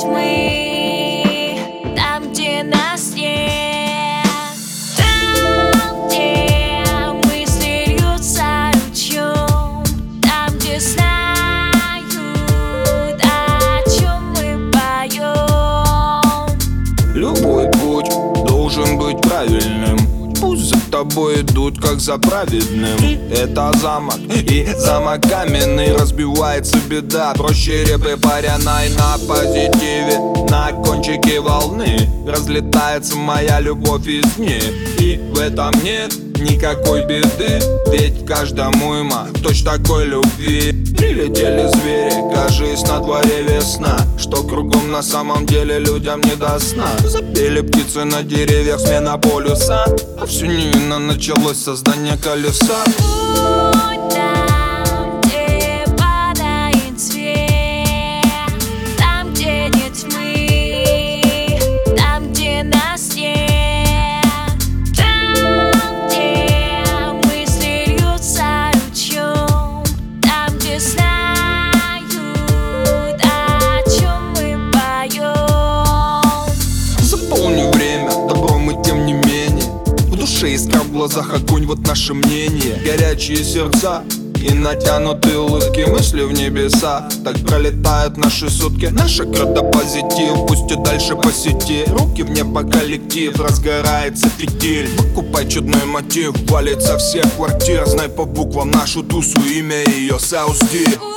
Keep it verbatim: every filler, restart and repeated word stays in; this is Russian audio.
тьмы, там, где нас нет, там, где мысли льются ручьем, там, где знают, о чем мы поем. Любой путь должен быть правильным. Пусть за тобой идут, как за праведным. Это замок, и замок каменный. Разбивается беда, проще репы паряной. На позитиве, на кончике волны разлетается моя любовь из дней. И в этом нет никакой беды, ведь каждому има точно такой любви. Прилетели звери, кажись, на дворе весна, что кругом на самом деле людям не до сна. Запели птицы на деревьях, смена полюса, а все невинно началось создание колеса. Путь там, где падает свет, там, где нет тьмы, там, где нас нет, там, где мысли льются ручьем, там, где знают, о чем мы поем. Заполни время добром и тем не менее, в душе искра, в глазах огонь, вот наше мнение. Горячие сердца и натянутые улыбки, мысли в небеса. Так пролетают наши сутки. Наша кредо позитив, пусть и дальше по сети. Руки в небо, коллектив, разгорается фитиль. Покупай чудной мотив, валит со всех квартир. Знай по буквам нашу тусу, имя ее Саус Ди.